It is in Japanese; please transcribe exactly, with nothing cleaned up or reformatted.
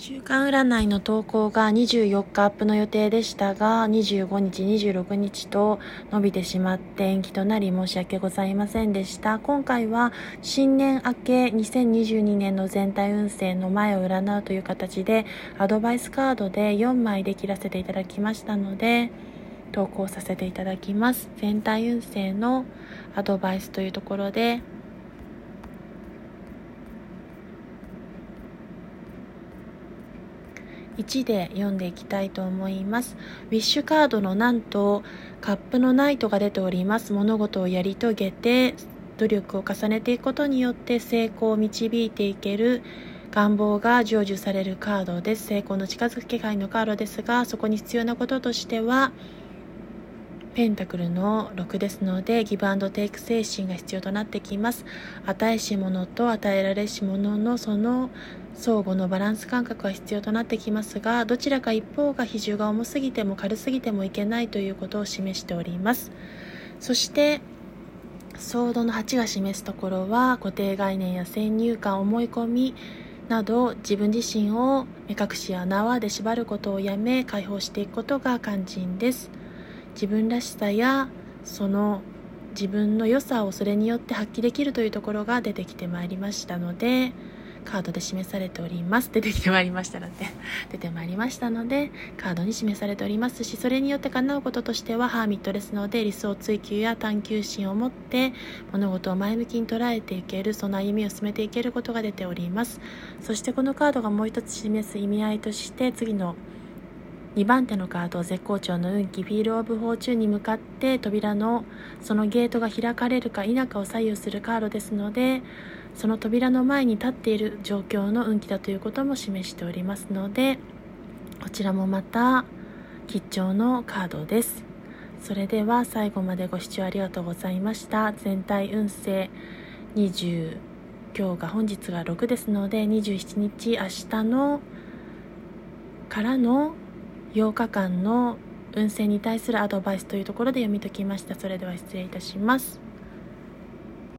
週間占いの投稿がにじゅうよっかアップの予定でしたが、にじゅうごにち、にじゅうろくにちと伸びてしまって延期となり申し訳ございませんでした。今回は新年明けにせんにじゅうにねんの全体運勢の前を占うという形でアドバイスカードでよんまいで切らせていただきましたので投稿させていただきます。全体運勢のアドバイスというところでいちで読んでいきたいと思います。ウィッシュカードのなんとカップのナイトが出ております。物事をやり遂げて努力を重ねていくことによって成功を導いていける願望が成就されるカードです。成功の近づく気配のカードですが、そこに必要なこととしてはペンタクルのろくですので、ギブアンドテイク精神が必要となってきます。与えし者と与えられし者のその相互のバランス感覚が必要となってきますが、どちらか一方が比重が重すぎても軽すぎてもいけないということを示しております。そしてソードのはちが示すところは、固定概念や先入観、思い込みなど自分自身を目隠しや縄で縛ることをやめ解放していくことが肝心です。自分らしさやその自分の良さをそれによって発揮できるというところが出てきてまいりましたので、カードで示されております出てきてまいりましたので出てまいりましたのでカードに示されておりますし、それによって叶うこととしてはハーミットですので、理想追求や探求心を持って物事を前向きに捉えていける、その歩みを進めていけることが出ております。そしてこのカードがもう一つ示す意味合いとして、次のにばん手のカード、絶好調の運気、フィールオブフォーチュンに向かって扉のそのゲートが開かれるか否かを左右するカードですので、その扉の前に立っている状況の運気だということも示しておりますので、こちらもまた吉兆のカードです。それでは最後までご視聴ありがとうございました。全体運勢にじゅう、今日が本日がろくですのでにじゅうしちにち、明日のからのようかかんの運勢に対するアドバイスというところで読み解きました。それでは失礼いたします。